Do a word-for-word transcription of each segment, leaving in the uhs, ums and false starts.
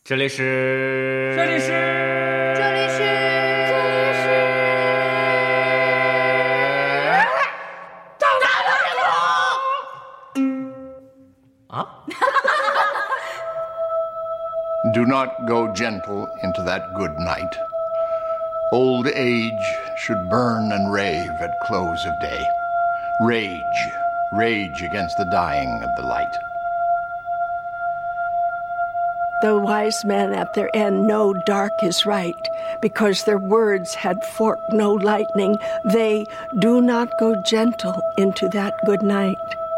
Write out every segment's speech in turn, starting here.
这里是， 这里是， 这里是， 这里是， 大啊 Do not go gentle into that good night. Old age should burn and rave at close of day. Rage, rage against the dying of the light. The wise men at their end know dark is right, because their words had forked no lightning. They do not go gentle into that good night.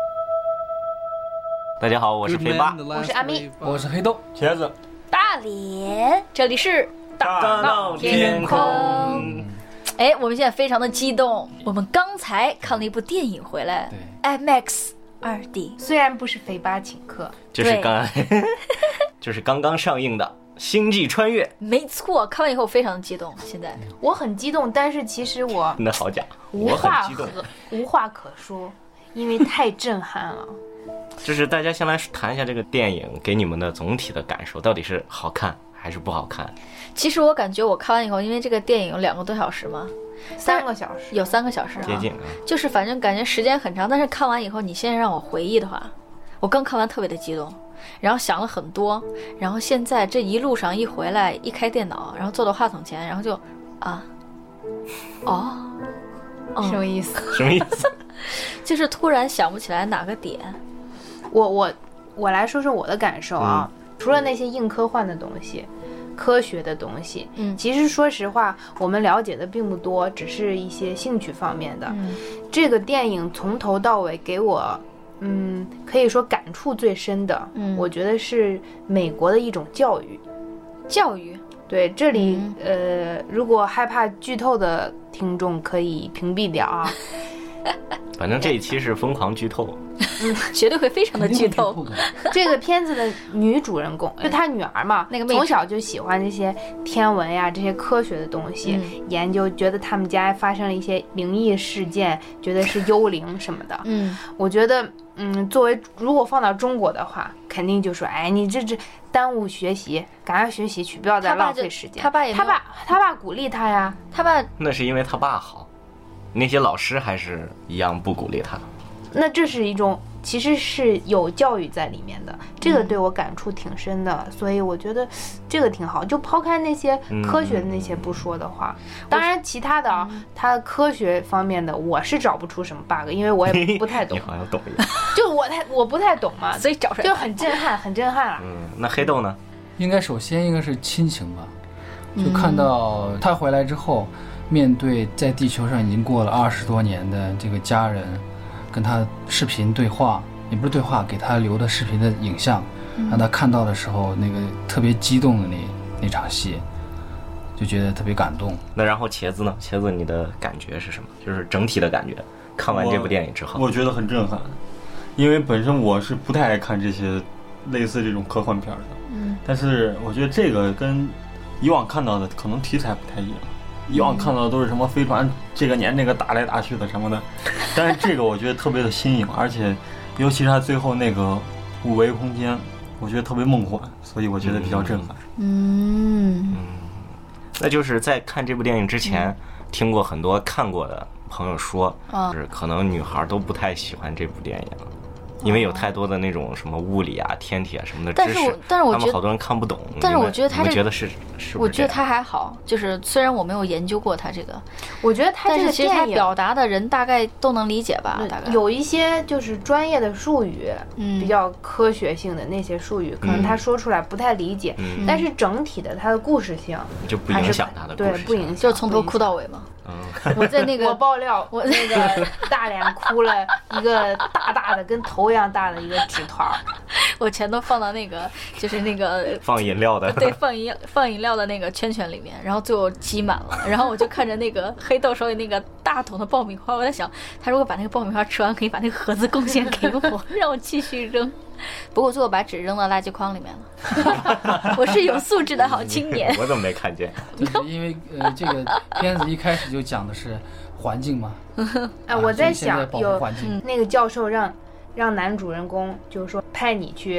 大家好，我是肥八， 我是阿咪， 我是黑豆茄子， 大连，这里是大闹天空。 哎，我们现在非常的激动，我们刚才看了一部电影回来 ，I Max 二 D， 虽然不是肥八请客， 就是刚就是刚刚上映的《星际穿越》。 没错，看完以后非常的激动。现在我很激动，但是其实我那好假， 无我很话激动， 可无话可说，因为太震撼了。 就是大家先来谈一下这个电影给你们的总体的感受，到底是好看还是不好看？ 其实我感觉我看完以后，因为这个电影有两个多小时嘛， 三个小时， 有三个小时、啊， 接近啊， 就是反正感觉时间很长。但是看完以后，你现在让我回忆的话，我刚看完特别的激动，然后想了很多，然后现在这一路上一回来，一开电脑，然后坐到话筒前，然后就啊，哦，哦什么意思？ 什么意思？ 就是突然想不起来哪个点。 我我我来说说我的感受啊，嗯、除了那些硬科幻的东西。科学的东西， 嗯， 其实说实话，我们了解的并不多，只是一些兴趣方面的。 嗯， 这个电影从头到尾给我，嗯，可以说感触最深的， 嗯， 我觉得是美国的一种教育。 教育， 对，这里、 嗯、 呃，如果害怕剧透的听众可以屏蔽掉啊。 反正这一期是疯狂剧透。 嗯，绝对会非常的剧透。 这个片子的女主人公就她女儿嘛， 那个从小就喜欢这些天文呀、这些科学的东西、 嗯、 研究，觉得他们家发生了一些灵异事件，觉得是幽灵什么的。 嗯， 我觉得，嗯，作为如果放到中国的话，肯定就说，哎，你这这耽误学习，赶快学习去，不要再浪费时间。 他爸也他爸他爸鼓励他呀， 他爸那是因为他爸好，那些老师还是一样不鼓励他。 那这是一种其实是有教育在里面的，这个对我感触挺深的、嗯、所以我觉得这个挺好。就抛开那些科学的那些不说的话、嗯、当然其他的啊、嗯、它科学方面的我是找不出什么 bug， 因为我也不太懂。 你好像懂一点。 就我太我不太懂嘛， 所以找出来就很震撼很震撼了。 嗯，那黑豆呢？ 应该首先应该是亲情吧，就看到他回来之后、嗯、面对在地球上已经过了二十多年的这个家人，跟他视频对话，也不是对话，给他留的视频的影像、嗯、让他看到的时候那个特别激动的那那场戏，就觉得特别感动。 那然后茄子呢？茄子你的感觉是什么？就是整体的感觉，看完这部电影之后。 我, 我觉得很震撼，因为本身我是不太爱看这些类似这种科幻片的， 嗯， 但是我觉得这个跟以往看到的可能题材不太一样。以往看到的都是什么飞船这个年这个打来打去的什么的，但是这个我觉得特别的新颖，而且尤其是他最后那个五维空间，我觉得特别梦幻，所以我觉得比较震撼。 嗯， 嗯，那就是在看这部电影之前、嗯、听过很多看过的朋友说、哦、就是可能女孩都不太喜欢这部电影，因为有太多的那种什么物理啊、天体啊什么的知识， 但是我但是我觉得他们好多人看不懂。 但是我觉得他这个，觉得是是不是？ 我觉得他还好，就是虽然我没有研究过他这个， 我觉得他这个但是其实他表达的人大概都能理解吧，大概有一些就是专业的术语，嗯，比较科学性的那些术语，可能他说出来不太理解， 嗯、 但是整体的他的故事性就不影响他的故事性， 对，不影响， 就是从头哭到尾嘛。 嗯， 我在那个我爆料，我那个大脸哭了一个大大的跟头一样大的一个纸团， 我全都放到那个就是那个放饮料的， 对，放饮放饮料的那个圈圈里面，然后最后积满了，然后我就看着那个黑豆手里那个大桶的爆米花，我在想他如果把那个爆米花吃完，可以把那个盒子贡献给我，让我继续扔。不过最后把纸扔到垃圾筐里面了。我是有素质的好青年。 我怎么没看见？ 就是因为呃，这个片子一开始就讲的是环境嘛。 哎、啊，我在想有、 嗯、那个教授让让男主人公就是说派你去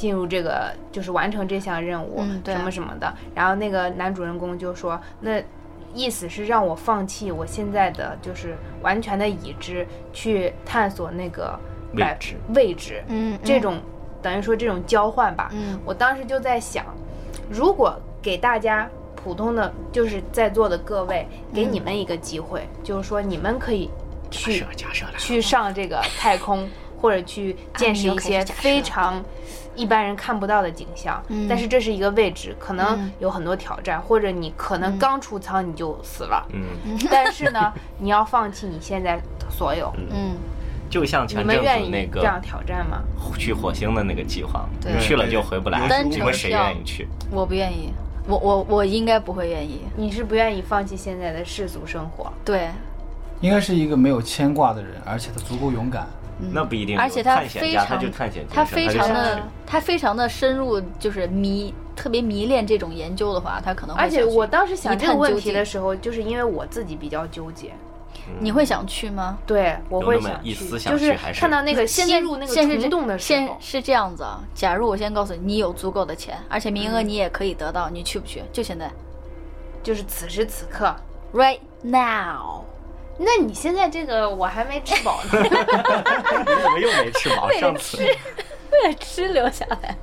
进入这个就是完成这项任务、 嗯、 什么什么的。然后那个男主人公就说，那意思是让我放弃我现在的就是完全的已知，去探索那个未知未知， 嗯， 这种等于说这种交换吧。 嗯， 我当时就在想，如果给大家普通的就是在座的各位，给你们一个机会，嗯、就是说你们可以去去上这个太空，或者去见识一些非常一般人看不到的景象， 嗯、 但是这是一个未知，可能有很多挑战，嗯、或者你可能刚出舱你就死了， 嗯， 但是呢，你要放弃你现在所有， 嗯。 就像前阵子那个这样挑战吗？ 去火星的那个计划， 对， 去了就回不来。 单你们谁愿意去？ 我不愿意，我我我应该不会愿意。 你是不愿意放弃现在的世俗生活？ 对， 应该是一个没有牵挂的人，而且他足够勇敢。 嗯、 那不一定， 而且他非常， 他就探险， 他非常的，他非常的深入，就是迷，特别迷恋这种研究的话，他可能会。 而且我当时想这个问题的时候，就是因为我自己比较纠结。 你会想去吗？ 对，我会想去，就是看到那个吸入那个虫洞的时候。 先是这样子啊，假如我先告诉你，你有足够的钱，而且名额你也可以得到，嗯、你去不去？就现在， 就是此时此刻 ，right now。 那你现在这个我还没吃饱呢， 我又没吃饱，上次为了吃留下来。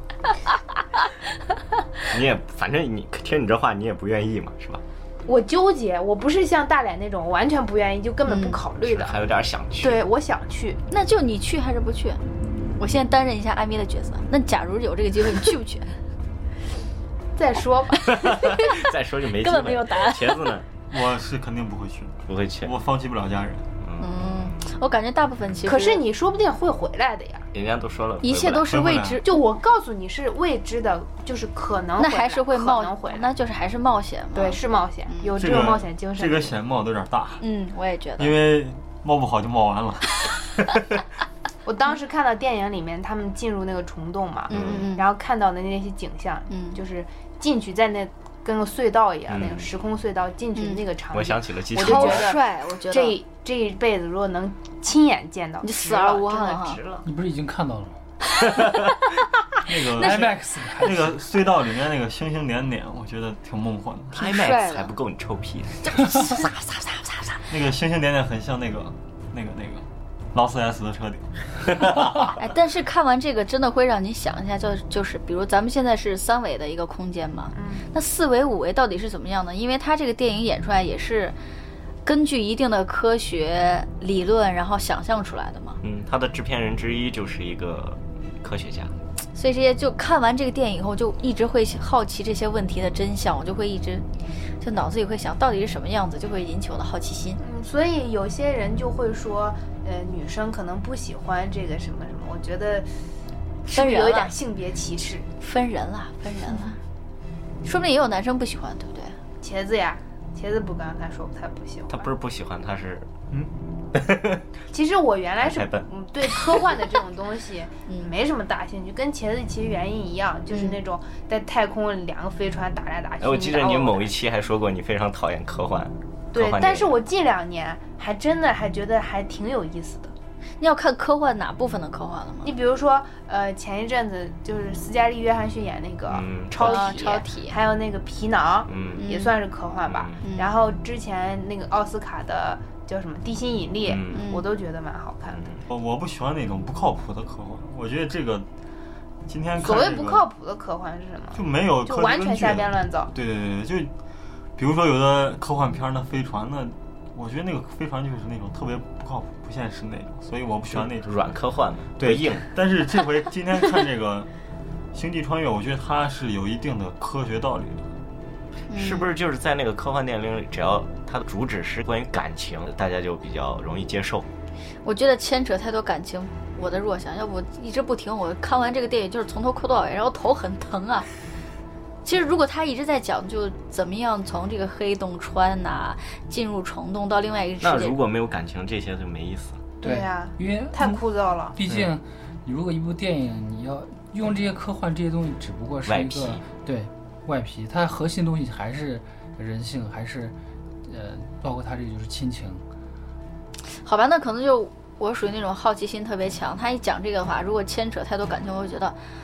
你也反正你听你这话，你也不愿意嘛，是吧？ 我纠结，我不是像大脸那种完全不愿意就根本不考虑的， 嗯、还有点想去。 对，我想去。 那就你去还是不去？我现在担任一下艾米的角色。那假如有这个机会，你去不去？ 再说吧。 再说就没机会。 根本没有答案。 茄子呢？ 我是肯定不会去， 不会去。 我放弃不了家人。 嗯，我感觉大部分其实。 可是你说不定会回来的呀。 人家都说了， 一切都是未知。 就我告诉你是未知的，就是可能那还是会冒能回来， 那就是还是冒险嘛。 对，是冒险，有这种冒险精神。 这个险冒的有点大。 嗯，我也觉得。 因为冒不好就冒完了。 我当时看到电影里面他们进入那个虫洞嘛， 嗯嗯， 然后看到的那些景象， 嗯， 就是进去在那。跟个隧道一样， 嗯、 那种时空隧道进去的那个场景， 我想起了机器人，我就觉得帅。我觉得这这一辈子如果能亲眼见到， 你死而无憾哈！值了。 你不是已经看到了吗？ 那个 IMAX 那个隧道里面那个星星点点，我觉得挺梦幻的。 IMAX 还不够你臭屁的。 那个星星点点很像那个那个那个劳斯莱斯的车顶。 哎，但是看完这个真的会让你想一下，就就是比如咱们现在是三维的一个空间嘛， 嗯， 那四维五维到底是怎么样呢？因为它这个电影演出来也是根据一定的科学理论然后想象出来的嘛。 嗯，他的制片人之一就是一个科学家， 所以这些就看完这个电影以后就一直会好奇这些问题的真相，我就会一直就脑子里会想到底是什么样子，就会引起我的好奇心。 嗯，所以有些人就会说呃，女生可能不喜欢这个什么什么，我觉得是不是有一点性别歧视？ 分人了，分人了，说不定也有男生不喜欢，对不对？ 茄子呀，茄子不刚才说他不喜欢， 他不是不喜欢，他是嗯。 其实我原来是嗯对科幻的这种东西嗯没什么大兴趣，跟茄子其实原因一样，就是那种在太空两个飞船打来打去。 我记得你某一期还说过你非常讨厌科幻。 对，但是我近两年还真的还觉得还挺有意思的。 你要看科幻哪部分的科幻了吗？ 你比如说，呃，前一阵子就是斯嘉丽·约翰逊演那个超体， 嗯、超体， 还有那个皮囊， 嗯， 也算是科幻吧。 嗯、 然后之前那个奥斯卡的叫什么《地心引力》， 嗯， 我都觉得蛮好看的。 我我不喜欢那种不靠谱的科幻，我觉得这个今天看、这个、 个、 所谓不靠谱的科幻是什么？ 就没有就完全瞎编乱造。 对对对，就比如说有的科幻片那飞船，那我觉得那个飞船就是那种特别不靠谱、不现实那种，所以我不喜欢那种软科幻嘛， 对硬。 但是这回今天看这个《星际穿越》，我觉得它是有一定的科学道理的。 是不是就是在那个科幻电影里，只要它的主旨是关于感情，大家就比较容易接受？ 我觉得牵扯太多感情，我的弱项，要不一直不停。我看完这个电影就是从头哭到尾，然后头很疼啊。其实如果他一直在讲就怎么样从这个黑洞穿呐、啊，进入虫洞到另外一个世界， 那如果没有感情，这些就没意思。 对呀、啊， 因为太枯燥了。 毕竟，你如果一部电影你要用这些科幻这些东西，只不过是一个对外皮，它核心东西还是人性，还是呃，包括它这个就是亲情。 好吧，那可能就我属于那种好奇心特别强，他一讲这个的话，如果牵扯太多感情，我会觉得。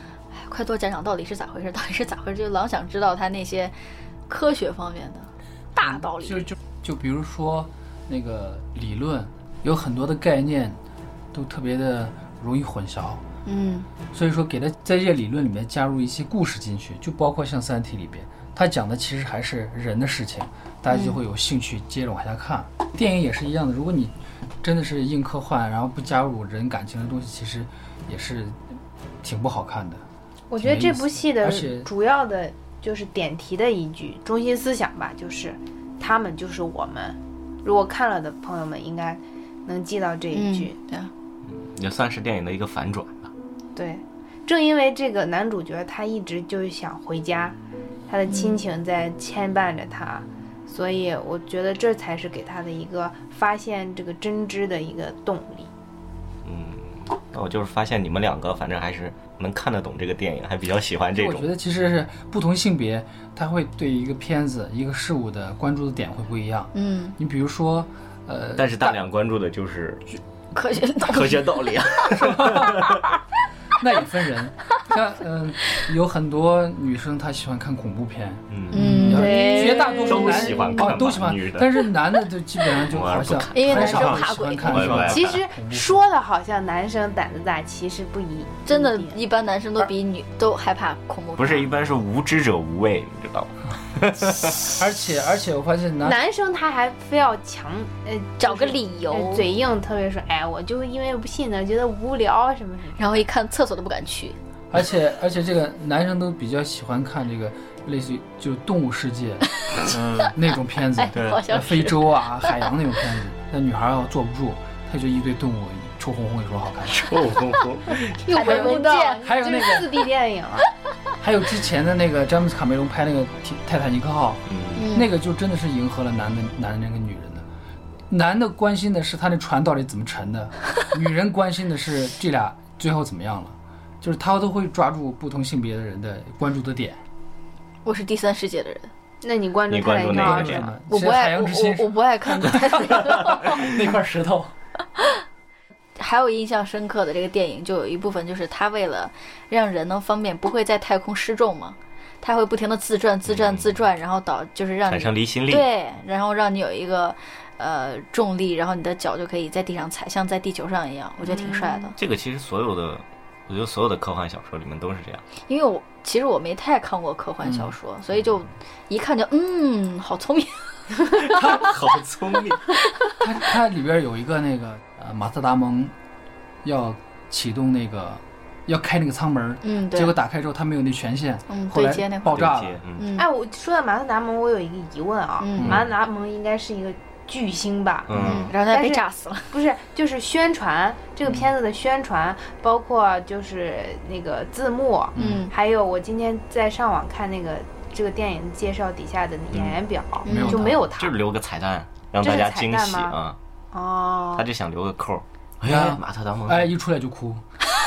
快做家长到底是咋回事？到底是咋回事？就老想知道他那些科学方面的大道理。 就就就比如说那个理论，有很多的概念都特别的容易混淆。 嗯， 所以说给他在这些理论里面加入一些故事进去，就包括像《三体》里边，他讲的其实还是人的事情，大家就会有兴趣接着往下看。嗯、电影也是一样的，如果你真的是硬科幻，然后不加入人感情的东西，其实也是挺不好看的。 我觉得这部戏的主要的就是点题的一句中心思想吧，就是他们就是我们。如果看了的朋友们应该能记到这一句。 嗯、对啊， 也算是电影的一个反转吧。 对，正因为这个男主角他一直就是想回家，他的亲情在牵绊着他，嗯、所以我觉得这才是给他的一个发现这个真知的一个动力。 嗯，那我就是发现你们两个反正还是能看得懂这个电影，还比较喜欢这种。 我觉得其实是不同性别，他会对一个片子、一个事物的关注的点会不一样。 嗯， 你比如说，呃， 但是大量关注的就是科学道理科学道理啊。 那也分人，像嗯、呃，有很多女生她喜欢看恐怖片， 嗯，对， 绝大多数都喜欢看、 哦，都喜欢，但是男的就基本上就好像因为男生怕鬼， 其实说的好像男生胆子大，其实不一， 真的，一般男生都比女都害怕恐怖片， 不是，一般是无知者无畏，你知道吗？ 而且而且我发现男男生他还非要强呃找个理由、 呃、嘴硬，特别说哎我就因为不信呢，觉得无聊什么什么， 然后一看厕所都不敢去。 而且而且这个男生都比较喜欢看这个类似于就是动物世界嗯那种片子， 对、哎， 非洲啊海洋那种片子，那女孩要坐不住，她就一堆动物臭烘烘，有时候好看， 臭烘烘， 又闻不到， 还有那个四 D 电影啊。 还有之前的那个詹姆斯卡梅隆拍那个泰坦尼克号，嗯，那个就真的是迎合了男的男的那个女人的，男的关心的是他那船到底怎么沉的，女人关心的是这俩最后怎么样了，就是他都会抓住不同性别的人的关注的点。 我是第三世界的人， 那你关注泰坦尼克号是吗？ 我不爱，我我不爱看泰坦尼克号那块石头。 还有印象深刻的这个电影，就有一部分就是他为了让人能方便不会在太空失重嘛，他会不停的自转自转自转，然后导就是让你产生离心力， 对，然后让你有一个呃重力，然后你的脚就可以在地上踩，像在地球上一样，我觉得挺帅的。 这个其实所有的，我觉得所有的科幻小说里面都是这样。 因为我其实我没太看过科幻小说，嗯、所以就一看就嗯，好聪明。 他好聪明。 他他里边有一个那个呃马特达蒙要启动那个要开那个舱门， 嗯，对， 结果打开之后他没有那权限， 嗯， 后来爆炸了。 嗯， 哎，我说到马特达蒙，我有一个疑问啊，嗯、马特达蒙应该是一个巨星吧？ 嗯，然后他被炸死了。 不是，就是宣传这个片子的宣传，嗯、包括就是那个字幕， 嗯， 还有我今天在上网看那个。这个电影介绍底下的演员表、 嗯、 就没有他， 就是留个彩蛋让大家惊喜啊！ 哦， 他就想留个扣。哎呀，马特达蒙， 哎，一出来就哭。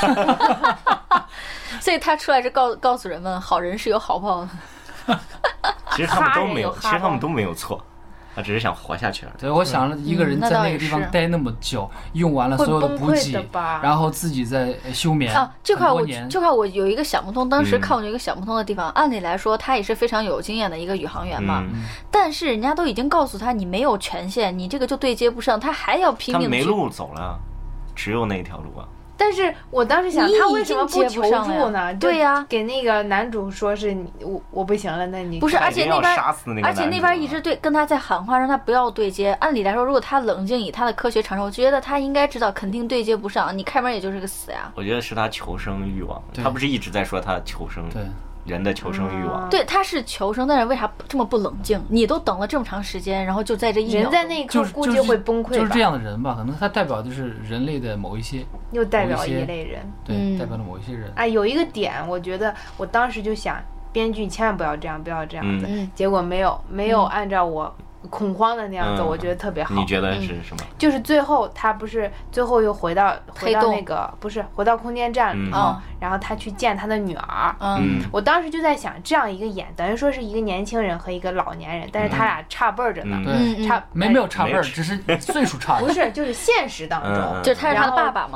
所以他出来是告告诉人们，好人是有好报的。 其实他们都没有，其实他们都没有错。他只是想活下去了。 对，我想了一个人在那个地方待那么久，嗯、用完了所有的补给，然后自己在休眠啊。这块我这块我有一个想不通，当时看我有一个想不通的地方。嗯、按理来说，他也是非常有经验的一个宇航员嘛， 嗯、 但是人家都已经告诉他你没有权限，你这个就对接不上，他还要拼命。 他没路走了，只有那条路啊。 但是我当时想，他为什么不求助呢？ 对呀， 给那个男主说是我我不行了，那你不是，而且那边而且那边一直对跟他在喊话，让他不要对接。按理来说，如果他冷静以他的科学常识，我觉得他应该知道肯定对接不上，你开门也就是个死呀。 我觉得是他求生欲望，他不是一直在说他求生， 对人的求生欲望。 对，他是求生，但是为啥这么不冷静？你都等了这么长时间，然后就在这一秒， 人在那一刻估计会崩溃吧。 就是这样的人吧，可能他代表就是人类的某一些， 又代表一类人， 对， 嗯、 代表了某一些人。 哎，有一个点，我觉得我当时就想，编剧千万不要这样，不要这样子。 嗯、 结果没有，没有按照我恐慌的那样子， 嗯、 我觉得特别好。 你觉得是什么？ 就是最后他不是最后又回到回到那个不是回到空间站里头， 嗯、 然后他去见他的女儿。 嗯， 我当时就在想，这样一个演，等于说是一个年轻人和一个老年人，但是他俩差辈儿着呢。 嗯、对， 差没没有差辈儿，只是岁数差。 不是，就是现实当中， 嗯、就是他是他的爸爸吗？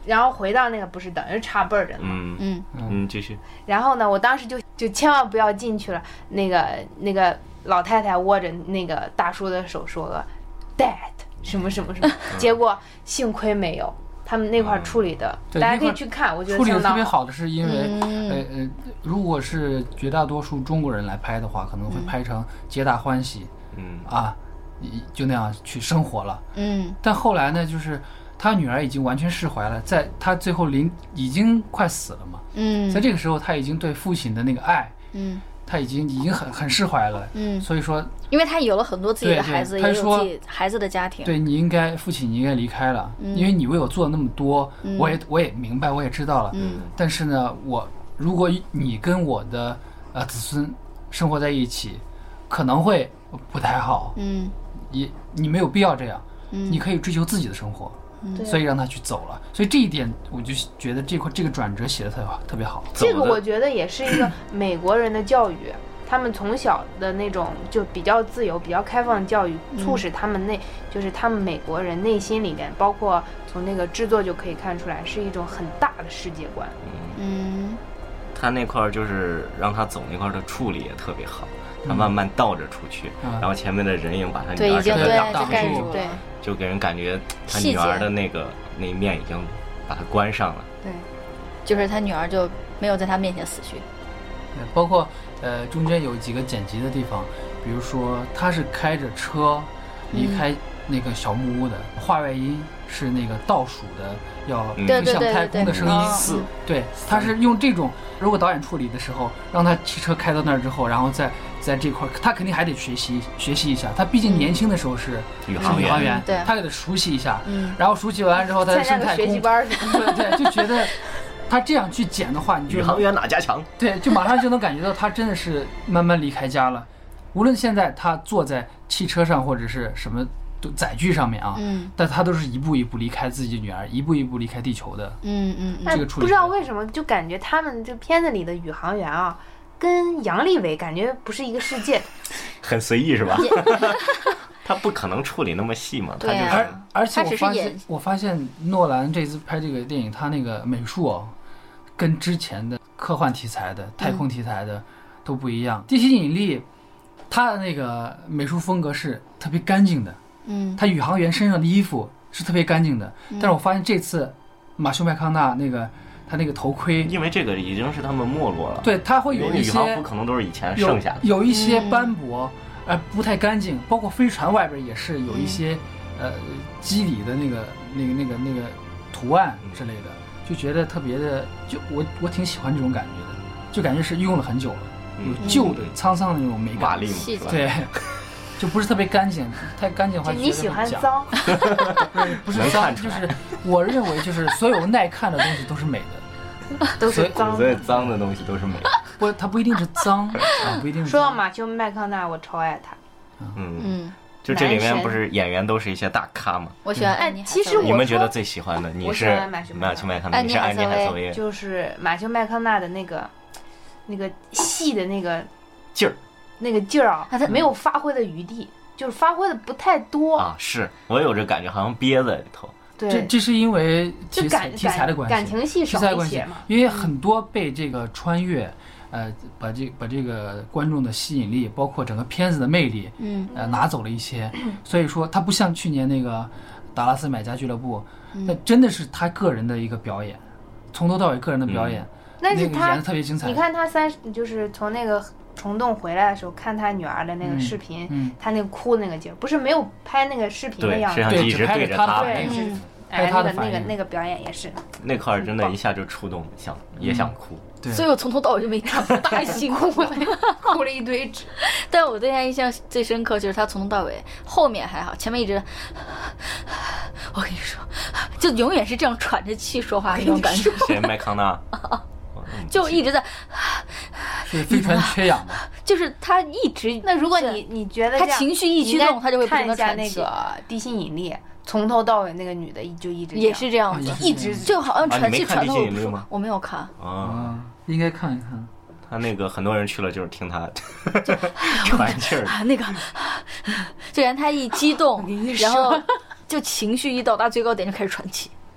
然后回到那个不是等于差辈儿的吗？ 嗯嗯嗯，继续。 然后呢，我当时就就千万不要进去了。那个那个老太太握着那个大叔的手说了 ，Dad 什么什么什么，结果幸亏没有。他们那块处理的， 对大家可以去看，我觉得处理的相当特别好的是因为， 嗯呃呃，如果是绝大多数中国人来拍的话，可能会拍成皆大欢喜， 嗯啊，就那样去生活了。 嗯但后来呢，就是他女儿已经完全释怀了，在他最后临已经快死了嘛， 嗯， 在这个时候他已经对父亲的那个爱， 嗯他已经已经很很释怀了， 嗯， 所以说， 因为他有了很多自己的对对孩子，也有他说自己孩子的家庭， 对你应该父亲你应该离开了， 嗯因为你为我做了那么多， 嗯我也我也明白，我也知道了， 嗯但是呢，我如果你跟我的呃子孙生活在一起，可能会不太好， 嗯也你没有必要这样， 嗯你可以追求自己的生活， 对所以让他去走了。所以这一点，我就觉得这块这个转折写的特别好，特别好。 这个走的我觉得也是一个美国人的教育，他们从小的那种就比较自由、比较开放的教育，促使他们内就是他们美国人内心里面，包括从那个制作就可以看出来，是一种很大的世界观。 嗯他那块儿就是让他走那块儿的处理也特别好，他慢慢倒着出去， 嗯然后前面的人影把他对， 女儿已经对整个挡挡住就盖住， 对了， 就给人感觉他细节女儿的那个那一面已经把它关上了。 对， 就是他女儿就没有在他面前死去， 对包括呃中间有几个剪辑的地方，比如说他是开着车离开那个小木屋的，话外音是那个倒数的要嗯对对飞向太对对对， 空的声音， 嗯对，他是用这种，如果导演处理的时候，让他汽车开到那儿之后，然后在在这块儿，他肯定还得学习学习一下，他毕竟年轻的时候是宇航员宇航员， 对他也得熟悉一下， 嗯然后熟悉完之后，他参加个升太空， 学习班儿什么的。 对对，就觉得他这样去剪的话，你就宇航员哪家强？ 对，就马上就能感觉到他真的是慢慢离开家了。无论现在他坐在汽车上或者是什么载具上面啊， 嗯但他都是一步一步离开自己女儿，一步一步离开地球的。 嗯嗯嗯， 这个处理不知道为什么，就感觉他们这片子里的宇航员啊，跟杨利伟感觉不是一个世界的。 很随意是吧？他不可能处理那么细嘛，他对啊就是而而且他我发现只是演， 我发现诺兰这次拍这个电影，他那个美术哦，跟之前的科幻题材的、太空题材的都不一样。地心引力，他的那个美术风格是特别干净的， 嗯他宇航员身上的衣服是特别干净的。但是我发现这次马修麦康纳那个他那个头盔， 因为这个已经是他们没落了， 对，他会有一宇航服些可能都是以前有剩下的。 有一些斑驳，呃，不太干净，包括飞船外边也是有一些、呃机理的那个那个那个那个图案之类的，就觉得特别的，就我我挺喜欢这种感觉的，就感觉是用了很久了，有旧的沧桑的那种美感， 瓦砾嘛， 细节是吧？ 对，就不是特别干净，太干净的话就就你喜欢觉得很假， 脏， 不是脏， 能看出来就是我认为就是所有耐看的东西都是美的， 都所以是脏所。以脏的东西都是美的。 不，它不一定是脏啊，不一定是脏。 说到马修麦康纳，我超爱他。 嗯， 嗯， 就这里面男神不是演员都是一些大咖嘛？ 我喜欢哎安妮海瑟薇， 其实我你们觉得最喜欢的？你我喜是欢马修麦马修麦康纳， 安妮你是安妮海瑟薇海瑟薇， 就是马修麦康纳的那个那个戏的那个劲儿那个劲儿啊啊他， 没有发挥的余地，就是发挥的不太多。 啊，是我有这感觉，好像憋在里头。 这对， 这是因为就题材感题材的关系， 感情戏题少材的关系一些嘛。， 因为很多被这个穿越，呃，把这把这个观众的吸引力，包括整个片子的魅力， 嗯呃，拿走了一些。所以说，它不像去年那个《达拉斯买家俱乐部》， 嗯那真的是他个人的一个表演，从头到尾个人的表演，那个但是他演的特别精彩。 你看他三十，就是从那个虫洞回来的时候，看他女儿的那个视频， 嗯他那个哭那个劲儿，不是没有拍那个视频的对， 样子摄，像机一直对只拍对着他着他的反， 对， 应是嗯， 哎，那个拍他的反应那个那个表演也是， 那块儿真的一下就触动，想也想哭。 对所以我从头到尾就没看，太辛苦了。 哭了一堆纸。 但我对他印象最深刻就是他从头到尾，后面还好，前面一直，我跟你说，就永远是这样喘着气说话那种感觉， 谁？麦康纳？ 就一直在， 是飞船缺氧的。 就是他一直。 那如果你你觉得这样他情绪一驱动，他就会不看停的喘气， 一下那个地心引力，从头到尾那个女的就一直也是这样子啊也，是一直就好像喘气啊你没看喘的地心引力吗我没有看， 啊， 啊，应该看一看。 他那个很多人去了就是听他喘气儿。 啊，那个，虽然他一激动，然后就情绪一到达最高点就开始喘气。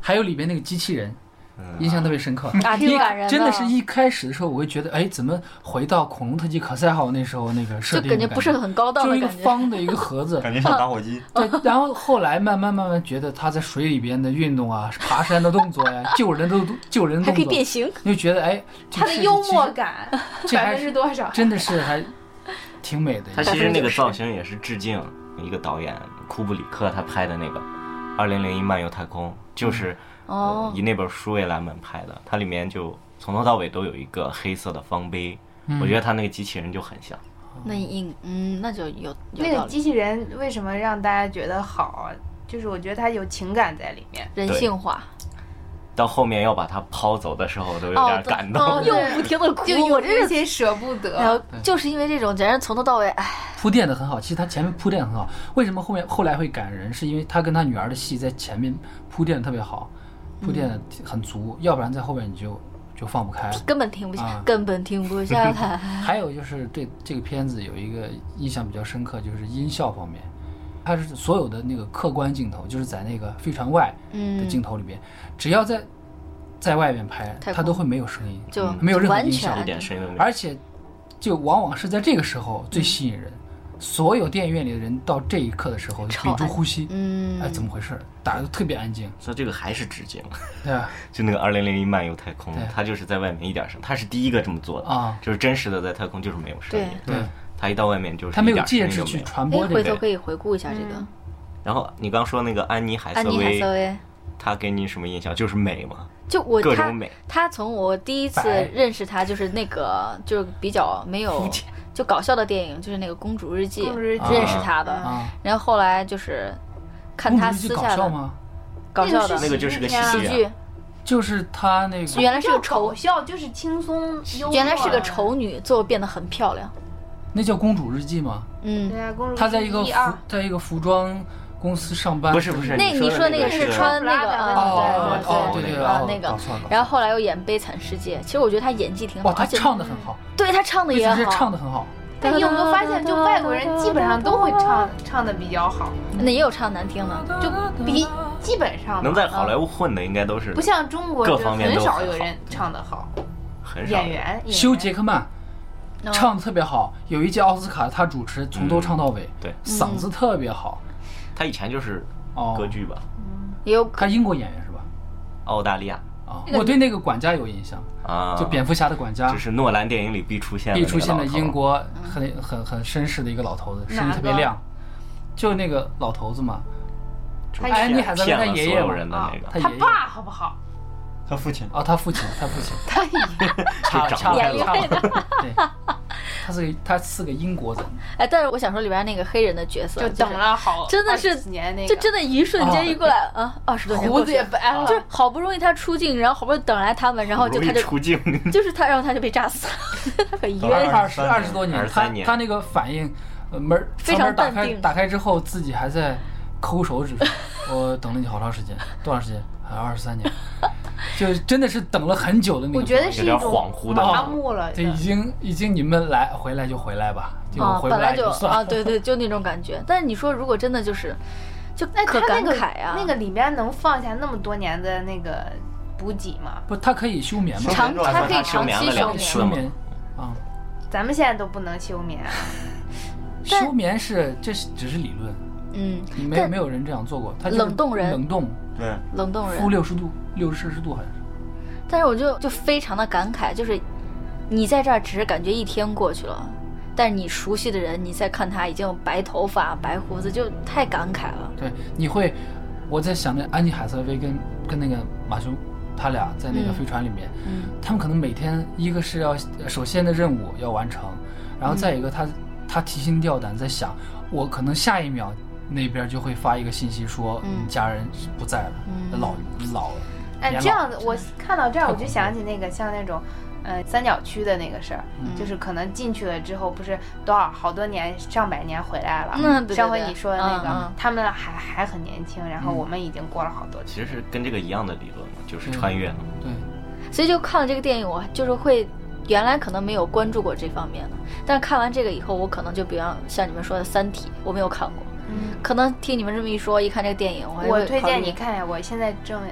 还有里边那个机器人，印象特别深刻。 啊，挺感人的。 真的是一开始的时候，我会觉得，哎，怎么回到恐龙特技可赛号那时候那个设定， 就感觉不是很高档的感觉， 感觉， 就一个方的一个盒子， 感觉像打火机。 对，然后后来慢慢慢慢觉得他在水里边的运动啊，爬山的动作呀，救人的救人的动作， 还可以变形， 就觉得哎， 他的幽默感百分之多少？ 真的是还挺美的。 他其实那个造型也是致敬一个导演库布里克他拍的那个《二零零一漫游太空》，就是哦、 呃、以那本书为蓝本拍的。它里面就从头到尾都有一个黑色的方碑，嗯、我觉得他那个机器人就很像。 那应嗯，那就有那个机器人为什么让大家觉得好？就是我觉得它有情感在里面， 人性化。 到后面要把它抛走的时候，都有点感动， 哦、又不停的哭， 就有这些舍不得。 然后就是因为这种，简直从头到尾，哎， 铺垫的很好。其实他前面铺垫很好，为什么后面后来会感人？是因为他跟他女儿的戏在前面铺垫的特别好，铺垫的很足，嗯、要不然在后面你就就放不开， 根本停不下， 啊、 根本停不下来。 还有就是对这个片子有一个印象比较深刻，就是音效方面。它是所有的那个客观镜头，就是在那个飞船外的镜头里边，嗯、只要在在外面拍，它都会没有声音， 就没有任何音效， 一点声音都没有。 而且，就往往是在这个时候最吸引人。嗯、所有电影院里的人到这一刻的时候屏住呼吸， 嗯， 哎，怎么回事？打得特别安静。 所以这个还是致敬， 对啊， 就那个二零零一漫游太空，他就是在外面一点声，他是第一个这么做的啊， 就是真实的在太空就是没有声音， 对。对他一到外面就是他没有介质去传播这个。 回头可以回顾一下这个。 嗯、 然后你刚说那个安妮海瑟薇， 安妮海瑟薇， 她给你什么印象？就是美嘛， 就我各种美。 她从我第一次认识她，就是那个就是比较没有就搞笑的电影，就是那个《公主日记》，认识她的。 啊、 然后后来就是看她私下的。 搞笑吗？ 搞笑的那个就是个喜剧。 就是她那个原来是个丑笑，就是轻松幽默。 原来是个丑女，最后变得很漂亮。 那叫公主日记吗？ 嗯， 对啊，公主日记。 她在一个服在一个服装公司上班。 不是不是， 那你说那个是穿那个哦哦对对对那个，然后后来又演《悲惨世界》，其实我觉得她演技挺好， 哇，她唱的很好。 对，她唱的也好， 唱的很好。 但你有没有发现，就外国人基本上都会唱唱的比较好， 那也有唱难听的， 就比基本上能在好莱坞混的应该都是不像中国各方面很少有人唱的好， 很少演员休·杰克曼唱的特别好，有一届奥斯卡他主持，从头唱到尾， 对， 嗓子特别好。 他以前就是歌剧吧， 也有他英国演员是吧？ 澳大利亚啊，我对那个管家有印象啊， 就蝙蝠侠的管家， 就是诺兰电影里必出现必出现的英国很很很绅士的一个老头子，声音特别亮，就那个老头子嘛。安妮海瑟薇他爷爷嘛， 他爸好不好？ 他父亲哦，他父亲，他父亲， 他爷差差眼泪的， 对，他是个他是个英国人。 哎，但是我想说里边那个黑人的角色， 就等了好真的是年那个， 就真的一瞬间一过来啊，二十多年胡子也白了， 就是好不容易他出镜，然后好不容易等来他们，然后就他就出镜， 就是他，然后他就被炸死了，他很冤。 二十二十多年，他他那个反应，门非常打开打开之后，自己还在抠手指，我等了你好长时间，多长时间？还有二十三年，就真的是等了很久的那个。 我觉得是一种恍惚的麻木了。 这已经已经你们来回来就回来吧，就回不来就算啊，对对，就那种感觉。但是你说如果真的就是，就可感慨啊， 那个里面能放下那么多年的那个补给吗？ 不，它可以休眠吗？ 长，它可以长期休眠。 休眠啊， 咱们现在都不能休眠。 休眠是这只是理论。 嗯， 没有没有人这样做过，他冷冻人， 冷冻， 对， 冷冻人， 负六十度，六十摄氏度好像是。 但是我就就非常的感慨，就是你在这儿只是感觉一天过去了，但是你熟悉的人，你再看他已经有白头发、白胡子，就太感慨了。 对，你会，我在想那安妮海瑟薇跟跟那个马修，他俩在那个飞船里面， 嗯， 他们可能每天一个是要首先的任务要完成，然后再一个他、嗯、他提心吊胆在想，我可能下一秒。那边就会发一个信息说，你家人不在了， 嗯、 老老了。 哎，这样子，我看到这儿我就想起那个像那种，呃，三角区的那个事儿，嗯、就是可能进去了之后，不是多少好多年、上百年回来了。 嗯，对对对上回你说的那个， 嗯嗯、 他们还还很年轻，然后我们已经过了好多年。 其实是跟这个一样的理论嘛，就是穿越了。 对。 所以就看了这个电影，我就是会。原来可能没有关注过这方面的，但是看完这个以后，我可能就比方像你们说的《三体》，我没有看过， 嗯， 可能听你们这么一说，一看这个电影，我我推荐你看呀，我现在正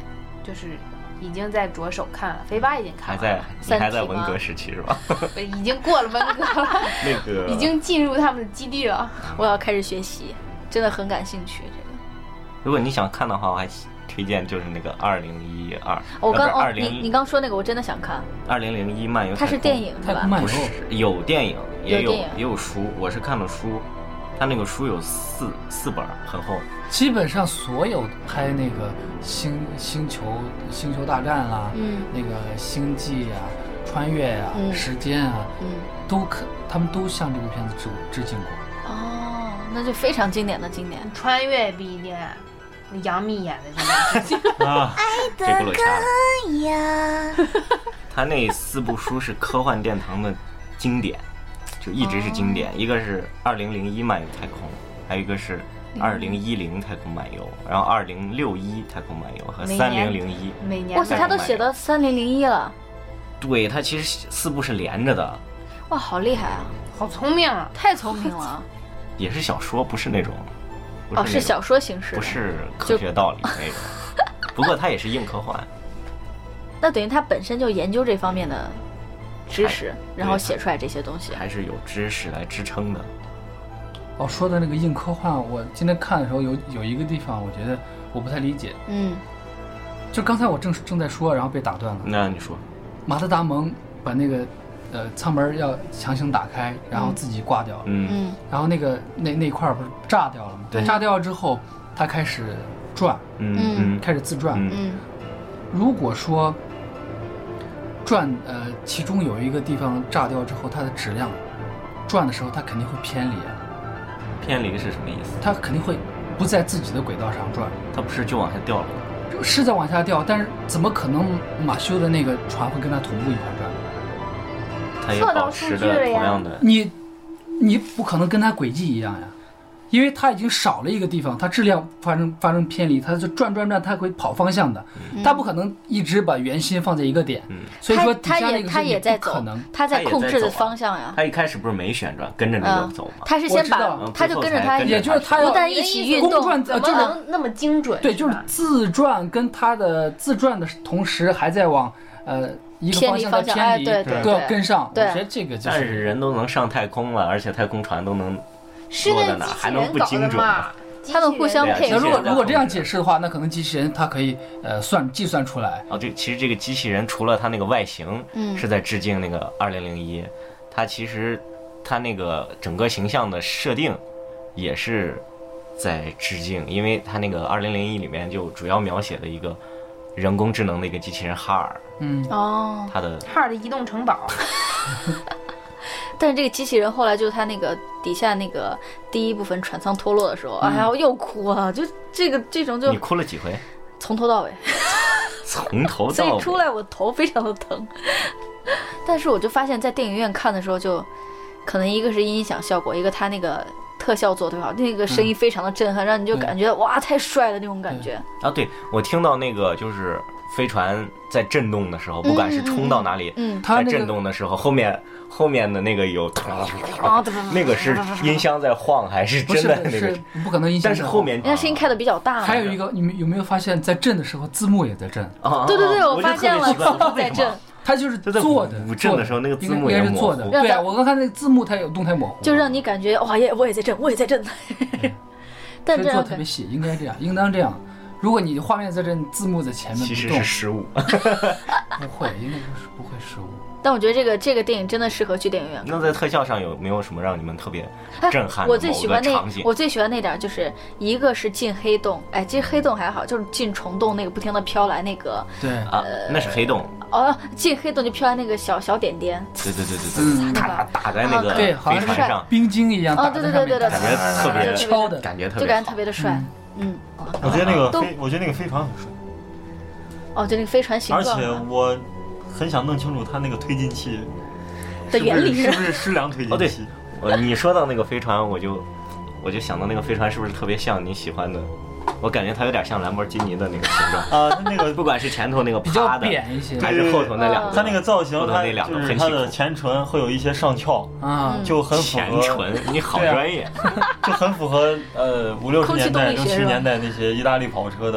就是已经在着手看了，飞八已经看了， 还在你还在文革时期是吧？ 已经过了文革了， 那个已经进入他们的基地了。 我要开始学习，真的很感兴趣这个。 如果你想看的话，我还推荐就是那个二零一二。 我刚哦， 二零你你刚说那个我真的想看。 二零零一漫游太空。 它是电影是吧？ 漫游不是，有电影，也有有电影也有书。我是看的书，它那个书有四四本，很厚。 基本上所有拍那个星星球星球大战啦， 嗯那个星际啊、穿越啊、 嗯时间啊， 嗯， 都可他们都向这部片子致致敬过。 哦，那就非常经典的经典。 穿越不一定啊，杨幂演的这个啊， 这部落下了。他那四部书是科幻殿堂的经典，就一直是经典。一个是二零零一漫游太空，还有一个是二零一零太空漫游，然后二零六一太空漫游和三零零一。 每年哇塞，他都写到三零零一了， 对，它其实四部是连着的， 哇，好厉害啊， 好聪明啊！ 太聪明了。 也是小说，不是那种。不是哦， 那种是小说形式的， 不是科学道理那种。不过它也是硬科幻。 那等于他本身就研究这方面的知识， 对然后写出来这些东西。 还是有知识来支撑的。 哦，说的那个硬科幻，我今天看的时候有有一个地方，我觉得我不太理解。 嗯， 就刚才我正正在说，然后被打断了。 那你说， 马特·达蒙把那个呃舱门要强行打开，然后自己挂掉了。 嗯嗯然后那个那那块儿不是炸掉了吗？ 对炸掉了之后，他开始转， 嗯嗯开始自转。 嗯嗯如果说转呃其中有一个地方炸掉之后，它的质量转的时候，它肯定会偏离， 偏离是什么意思？ 它肯定会不在自己的轨道上转， 它不是就往下掉了吗？ 是在往下掉，但是怎么可能马修的那个船会跟它同步一块转？ 它也保持着同样的。 你你不可能跟它轨迹一样呀。因为它已经少了一个地方，它质量发生发生偏离，它就转转转，它会跑方向的， 嗯它不可能一直把圆心放在一个点。 嗯所以说底他也下那个他也在走不可能，， 他在控制的方向呀。 它一开始不是没旋转，跟着那个走吗？ 他是先把我知道， 他就跟着他， 也就是他要不但一起运动， 公转， 怎么呃就是能那么精准？ 对，就是吧自转跟它的自转的同时，还在往呃一个方向在偏离方向偏离， 哎对对都要对跟上。 对我觉得这个就但是人都能上太空了，而且太空船都能是那落在哪，还能不精准吗？ 他们互相配合。 那如果如果这样解释的话，那可能机器人它可以呃算计算出来。 哦，对，其实这个机器人除了它那个外形嗯是在致敬那个二零零一，它其实它那个整个形象的设定也是在致敬，因为它那个二零零一里面就主要描写的一个人工智能的一个机器人哈尔， 嗯， 哦， 它的哈尔的移动城堡， 但是这个机器人后来就他那个底下那个第一部分船舱脱落的时候， 嗯哎呀，我又哭了，就这个这种就你哭了几回？ 从头到尾， 从头所到尾。 以出来我头非常的疼。但是我就发现，在电影院看的时候就，可能一个是音响效果，一个他那个特效做得特别好，那个声音非常的震撼，让你就感觉哇太帅了那种感觉。 啊，对，我听到那个就是飞船在震动的时候，不管是冲到哪里， 嗯， 在它那个震动的时候，后面后面的那个有， 啊， 那个是音箱在晃还是不是真的那个是？不可能音响在晃。 但是后面人家声音开的比较大。 还有一个，你们有没有发现，在震的时候字幕也在震？ 啊， 对对对， 我我发现了，字幕在震， 它就是就在做的。 五震的时候，那个字幕应也模糊该是做的。。对啊，我刚看那个字幕，它有动态模糊， 就让你感觉哇耶，我也在震，我也在震。但所以这样感做特别细，应该这样，应当这样。如果你画面在震，字幕在前面其实不动是，失误。 不会，应该不是不会失误。 但我觉得这个这个电影真的适合去电影院看。 那在特效上有没有什么让你们特别哎震撼的我最喜欢那某个场景？ 我最喜欢那点儿就是一个是进黑洞，哎，其实黑洞还好，就是进虫洞那个不停的飘来那个， 对， 啊，那是黑洞。 哦，进黑洞就飘来那个小小点点， 对对对对对， 嗯打打在那个对，好像是飞船上， 冰晶一样哦打在上面， 对对对对对感觉特别敲的， 感觉特别好就感觉特。别的帅。嗯， 我觉得那个都飞，我觉得那个飞船很帅， 哦，就那个飞船形而且状啊我很想弄清楚它那个推进器的原理是不是施良推哦对进器？ 我你说到那个飞船，我就我就想到那个飞船是不是特别像你喜欢的？我感觉它有点像兰博基尼的那个形状， 啊，它那个不管是前头那个比较趴的， 扁一些还是后头那两个， 它那个造型，它后头那两个就是喷气孔。 它的前唇会有一些上翘， 啊。 就很符合， 前唇，你好对啊专业。 就很符合呃五六十空气年代、六七十动力学是吧年代那些意大利跑车的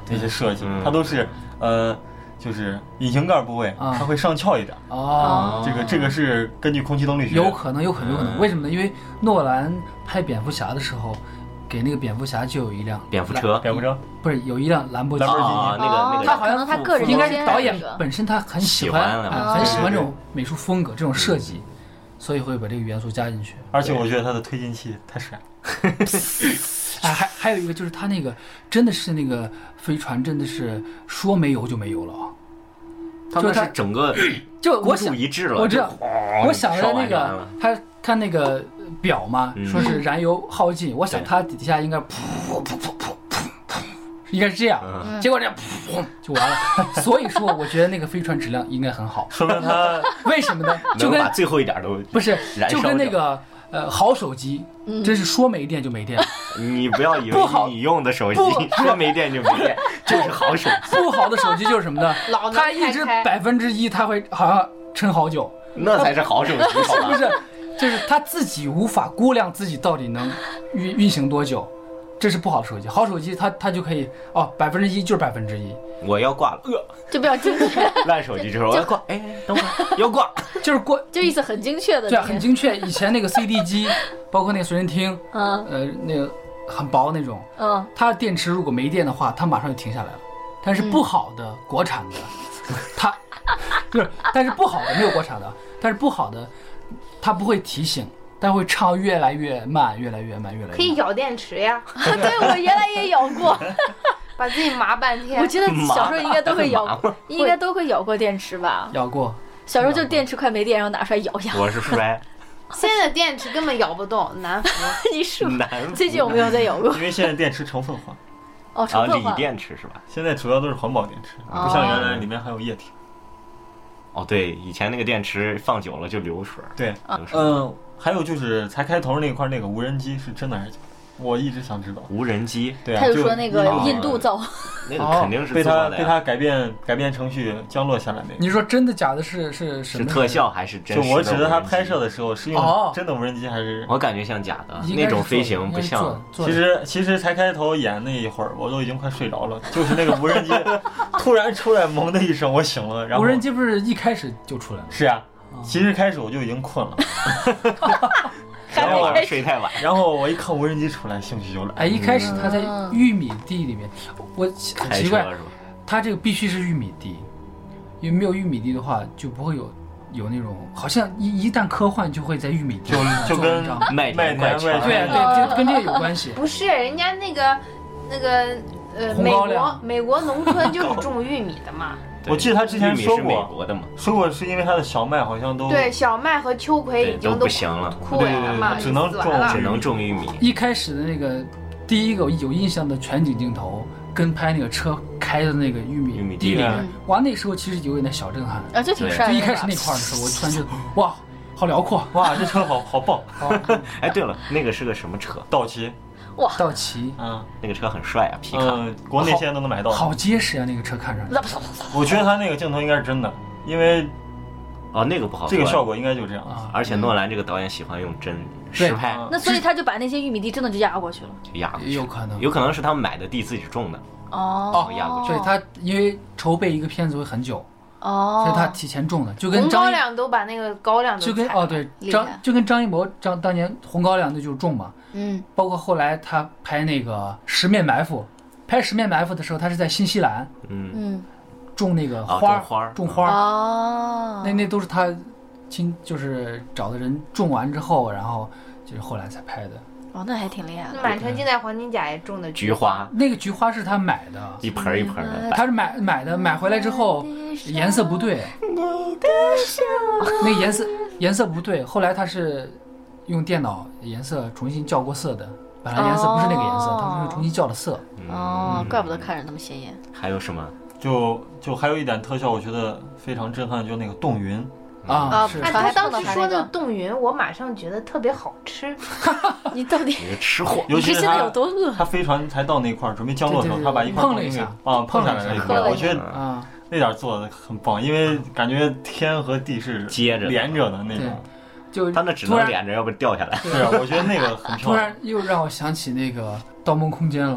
那些设计， 嗯、 它都是呃。就是引擎盖部位， 啊、 它会上翘一点。 哦， 这个这个是根据空气动力学。 有可能，有可能，有可能。嗯、为什么呢？因为诺兰拍蝙蝠侠的时候，给那个蝙蝠侠就有一辆蝙蝠车， 蝙蝠车不是有一辆兰博基尼。 啊，那个那个， 他好像他个人应该是导演本身他很喜欢， 喜欢啊、很喜欢这种美术风格、这种设计，所以会把这个元素加进去。 而且我觉得他的推进器太帅了。 哎，还还有一个就是他那个真的是那个飞船真的是说没油就没油了啊！ 他们是整个就我想一致了， 我知道，我想着那个他看那个表嘛， 嗯、 说是燃油耗尽，我想他底下应该噗噗噗噗噗噗，应该是这样， 嗯、 结果这样噗就完了。所以说，我觉得那个飞船质量应该很好， 说明他为什么呢？就跟把最后一点都不是，就跟那个。呃，好手机， 嗯、 真是说没电就没电。 你不要以为你用的手机说没电就没电，就是好手机。 不好的手机就是什么呢？它一直百分之一，它会好像撑好久。 那才是好手机， 是不是？就是它自己无法估量自己到底能运运行多久，这是不好的手机。好手机它它就可以哦，百分之一就是百分之一。 我要挂了，呃， 就比较精确。 烂手机之后我要挂，哎，等会儿要挂， 就是挂， 就意思很精确的。 对，很精确。以前那个 C D 机，包括那个随身听， 嗯， 呃，那个很薄那种， 嗯， 它的电池如果没电的话，它马上就停下来了。但是不好的、嗯、国产的，它就是，但是不好的没有国产的，但是不好的，它不会提醒。但会唱越来越慢，越来越慢，越来越慢。 可以咬电池呀！ 对，我原来也咬过， 把自己麻半天。 我记得小时候应该都会咬，应该都会咬过电池吧？ 咬过。 小时候就电池快没电，然后拿出来咬一下。 我是摔。 现在电池根本咬不动，难服。 你是难服。 最近我没有再咬过。 因为现在电池成分化。 哦，成分化。 锂电池是吧？ 现在主要都是环保电池， 哦、 不像原来里面还有液体。 哦，对，以前那个电池放久了就流水。 对，嗯。呃还有就是才开头那块那个无人机是真的还是假的？我一直想知道。 无人机， 对啊， 他就说那个印度造， 那个肯定是被他被他改变改变程序降落下来那个。 你说真的假的？是是什么？ 是特效还是真实的？ 就我指的他拍摄的时候是用真的无人机还是？ 我感觉像假的，那种飞行不像。 其实其实才开头演那一会儿，我都已经快睡着了，就是那个无人机突然出来，猛的一声，我醒了。然后无人机不是一开始就出来了？ 是啊，其实开始我就已经困了。 然后睡太晚， 然后我一看无人机出来，兴趣就来。 哎，一开始他在玉米地里面，我很奇怪，他这个必须是玉米地，因为没有玉米地的话，就不会有有那种好像一一旦科幻就会在玉米地， 就就跟麦麦田对对，就跟这个有关系。 不是，人家那个那个呃，美国美国农村就是种玉米的嘛。 我记得他之前说过， 美国的嘛， 说过是因为他的小麦好像都对小麦和秋葵已经都不行了， 枯萎了嘛， 只能种只能种玉米。 一开始的那个第一个有印象的全景镜头，跟拍那个车开的那个玉米玉米地里面，哇，那时候其实有点小震撼啊，就挺帅。 就一开始那块的时候，我突然就哇，好辽阔， 哇，这车好好棒。 哎，对了，那个是个什么车？ 道奇。 哇， 道奇， 嗯， 那个车很帅啊，皮卡， 嗯，国内现在都能买到， 好结实啊，那个车看上去。 我觉得他那个镜头应该是真的，因为， 哦，那个不好， 这个效果应该就这样啊。 而且诺兰这个导演喜欢用真实拍， 那所以他就把那些玉米地真的就压过去了， 就压过去， 有可能， 有可能是他们买的地自己种的， 哦， 压过去。 对他，因为筹备一个片子会很久。 哦， 所以他提前种的，就跟红高粱都把那个高粱都就跟哦对张就跟张艺谋张当年红高粱的就是种嘛， 嗯， 包括后来他拍那个《十面埋伏》，拍《十面埋伏》的时候，他是在新西兰， 嗯嗯， 种那个花， 种花， 种花， 哦， 那那都是他亲就是找的人种完之后，然后就是后来才拍的。 哦，那还挺厉害的。 满城尽带黄金甲也种的菊花， 那个菊花是他买的， 一盆一盆的。 他是买买的，买回来之后颜色不对，那个颜色颜色不对，后来他是用电脑颜色重新校过色的，本来颜色不是那个颜色，他是重新校了色。 哦，怪不得看着那么鲜艳。 还有什么？ 就就还有一点特效，我觉得非常震撼，就那个冻云。 啊，是哎，他当时说的冻云，我马上觉得特别好吃。 你到底吃货？ 尤其是他有多饿？ 他飞船才到那块儿准备降落的时候，他把一块碰了一下啊碰下来了一块，我觉得啊那点做的很棒，因为感觉天和地是接着连着的那种。 就他那只能连着，要不掉下来。 是啊，我觉得那个很漂亮。 突然又让我想起那个《盗梦空间》了。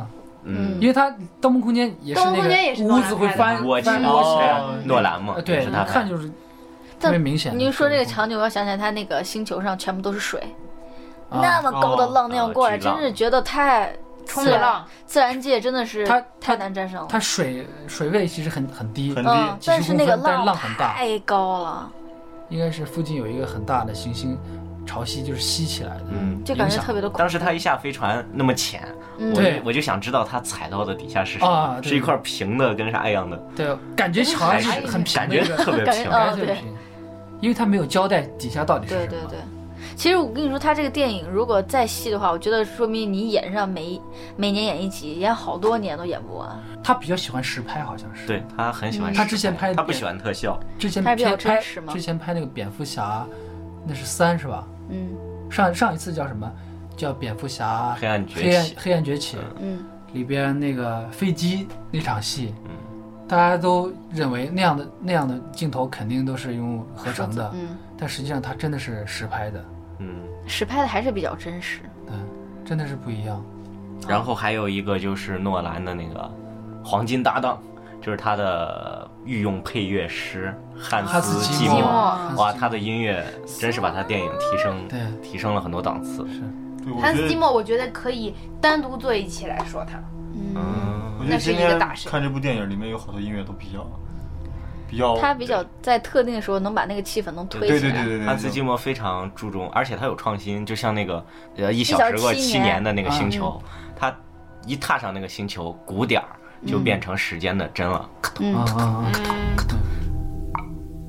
嗯， 因为他《盗梦空间》也是那盗梦空间也是个屋子会翻我翻我起来， 哦诺兰嘛， 对，一是他看就是特别明显。 您说这个场景，我要想起来，他那个星球上全部都是水， 啊那么高的浪那样过来， 啊巨浪真是觉得太冲自然浪， 自然界真的是它太难战胜了。 它水水位其实很很低， 很嗯， 几但是那个十公分，但是浪很大， 太高了， 应该是附近有一个很大的行星潮汐，就是吸起来的， 嗯就感觉特别的恐怖。 当时他一下飞船那么浅， 嗯我就对我就想知道他踩到的底下是什么， 啊对是一块平的跟啥一样的， 对，感觉好像是很平感觉的一个， 特别平感觉。嗯对感觉特别平，因为他没有交代底下到底是什么。 对对对，其实我跟你说，他这个电影如果再细的话，我觉得说明你演上每每年演一集，演好多年都演不完。 他比较喜欢实拍，好像是。 对他很喜欢嗯实拍， 他之前拍的他不喜欢特效， 之前他是比较拍拍真实吗之前拍那个蝙蝠侠，那是三是吧？ 嗯上上一次叫什么？叫蝙蝠侠黑暗崛起黑暗黑暗崛起嗯里边那个飞机那场戏， 嗯大家都认为那样的那样的镜头肯定都是用合成的， 嗯， 但实际上它真的是实拍的， 嗯， 实拍的还是比较真实。 对，真的是不一样。 然后还有一个就是诺兰的那个黄金搭档，就是他的御用配乐师汉哈斯斯季默季默，哇， 哈斯季默他的音乐真是把他电影提升， 对提升了很多档次。 是， 对，我觉得， 汉斯季默，我觉得可以单独做一期来说他。 嗯， 嗯我觉得那是一今天个大神看这部电影里面有好多音乐都比较比较， 他比较在特定的时候能把那个气氛能推对起来。 对对对对， 汉斯季默非常注重，而且他有创新，就像那个呃一小小时过七年七年的那个星嗯球，他一踏上那个星球，鼓点儿就变成时间的针了。 嗯啊啊啊！ 嗯，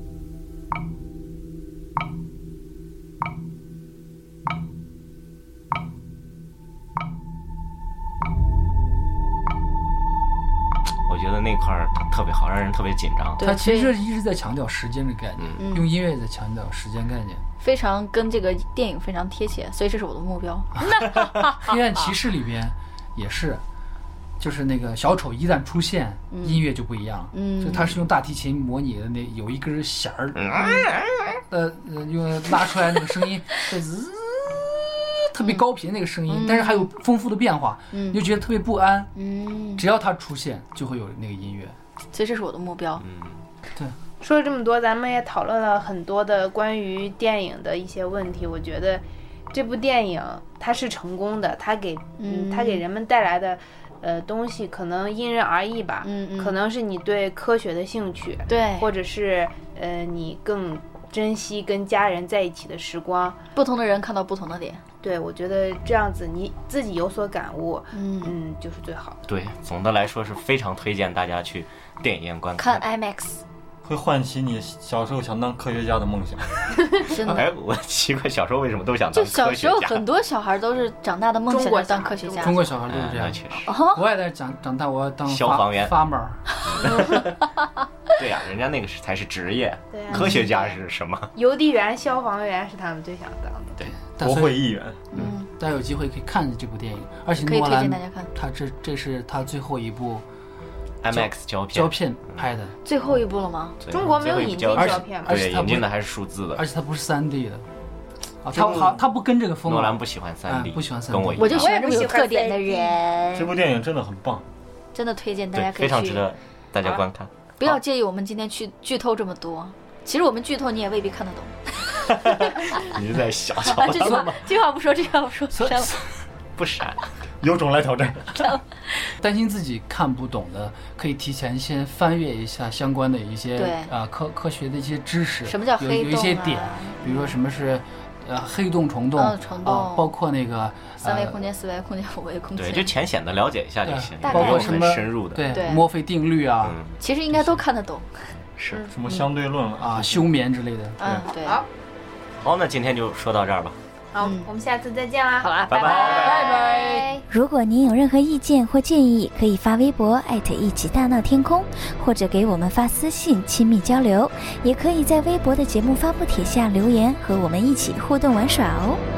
我觉得那块儿特别好，让人特别紧张。 对他其所以实一直在强调时间的概念， 嗯用音乐在强调时间概念。 非常跟这个电影非常贴切，所以这是我的目标。 黑暗骑士里边也是，就是那个小丑一旦出现，音乐就不一样。 嗯就他是用大提琴模拟的那有一根弦儿，呃呃，用拉出来那个声音，就滋，特别高频那个声音，但是还有丰富的变化， 嗯你就觉得特别不安。 嗯， 只要他出现，就会有那个音乐。 所以这是我的目标。 嗯， 说了这么多，咱们也讨论了很多的关于电影的一些问题。我觉得这部电影它是成功的，它给嗯， 嗯它给人们带来的呃东西可能因人而异吧。 嗯嗯可能是你对科学的兴趣， 对， 或者是呃你更珍惜跟家人在一起的时光。 不同的人看到不同的点。 对，我觉得这样子你自己有所感悟， 嗯， 嗯，就是最好的。 对，总的来说是非常推荐大家去电影院观看看。 IMAX 会唤起你小时候想当科学家的梦想。 真的。 哎，我奇怪，小时候为什么都想当就小科学家？ 时候很多小孩都是长大的梦想中国是当小孩科学家。 中国小孩都是这样。 嗯那确实， 哦， 国外的长长大，我要当消防员 farmer。 对呀、人家那个是才是职业， 对啊科学家是什么？ 邮递员、消防员是他们最想当的。 对， 国但所以会议员， 嗯， 大家有机会可以看这部电影，而且可以推诺兰荐大家看。 他这这是他最后一部 IMAX 胶片， 胶片拍的， 最后一部了吗？ 对中国没有引进最后一部胶片吧对， 而且它不引进的还是数字的而。且它不是三 D 的，啊， 这部他好他不跟这个风啊。 诺兰不喜欢三 D，、 嗯不喜欢 三 D 跟我一样， 我就喜欢这么有我也不喜欢特点的三 D 人。 这部电影真的很棒。 真的推荐大家对， 可以去非常值，得大家观看。 不要介意我们今天去剧透这么多。其实我们剧透你也未必看得懂。 你是在小瞧啊，这句话他们吗？ 这句话不说，这句话不说， 所以删了。 不闪， 有种来挑战。 担心自己看不懂的，可以提前先翻阅一下相关的一些对啊科科学的一些知识。 什么叫有黑洞啊有一些点，比如说什么是呃黑洞、虫洞， 嗯虫洞啊包括那个呃三维空间、四维空间、五维空对，就间， 浅显的了解一下就行， 大概不用很包括什么深入的。 对对墨菲定律啊嗯， 其实应该都看得懂。 是。 什么相对论了啊休眠之类的。 嗯，对。 好， 好，那今天就说到这儿吧。 好， 嗯我们下次再见啦。 好啦， 拜拜拜拜。 如果您有任何意见或建议，可以发微博艾特一起大闹天空，或者给我们发私信亲密交流，也可以在微博的节目发布帖下留言，和我们一起互动玩耍哦。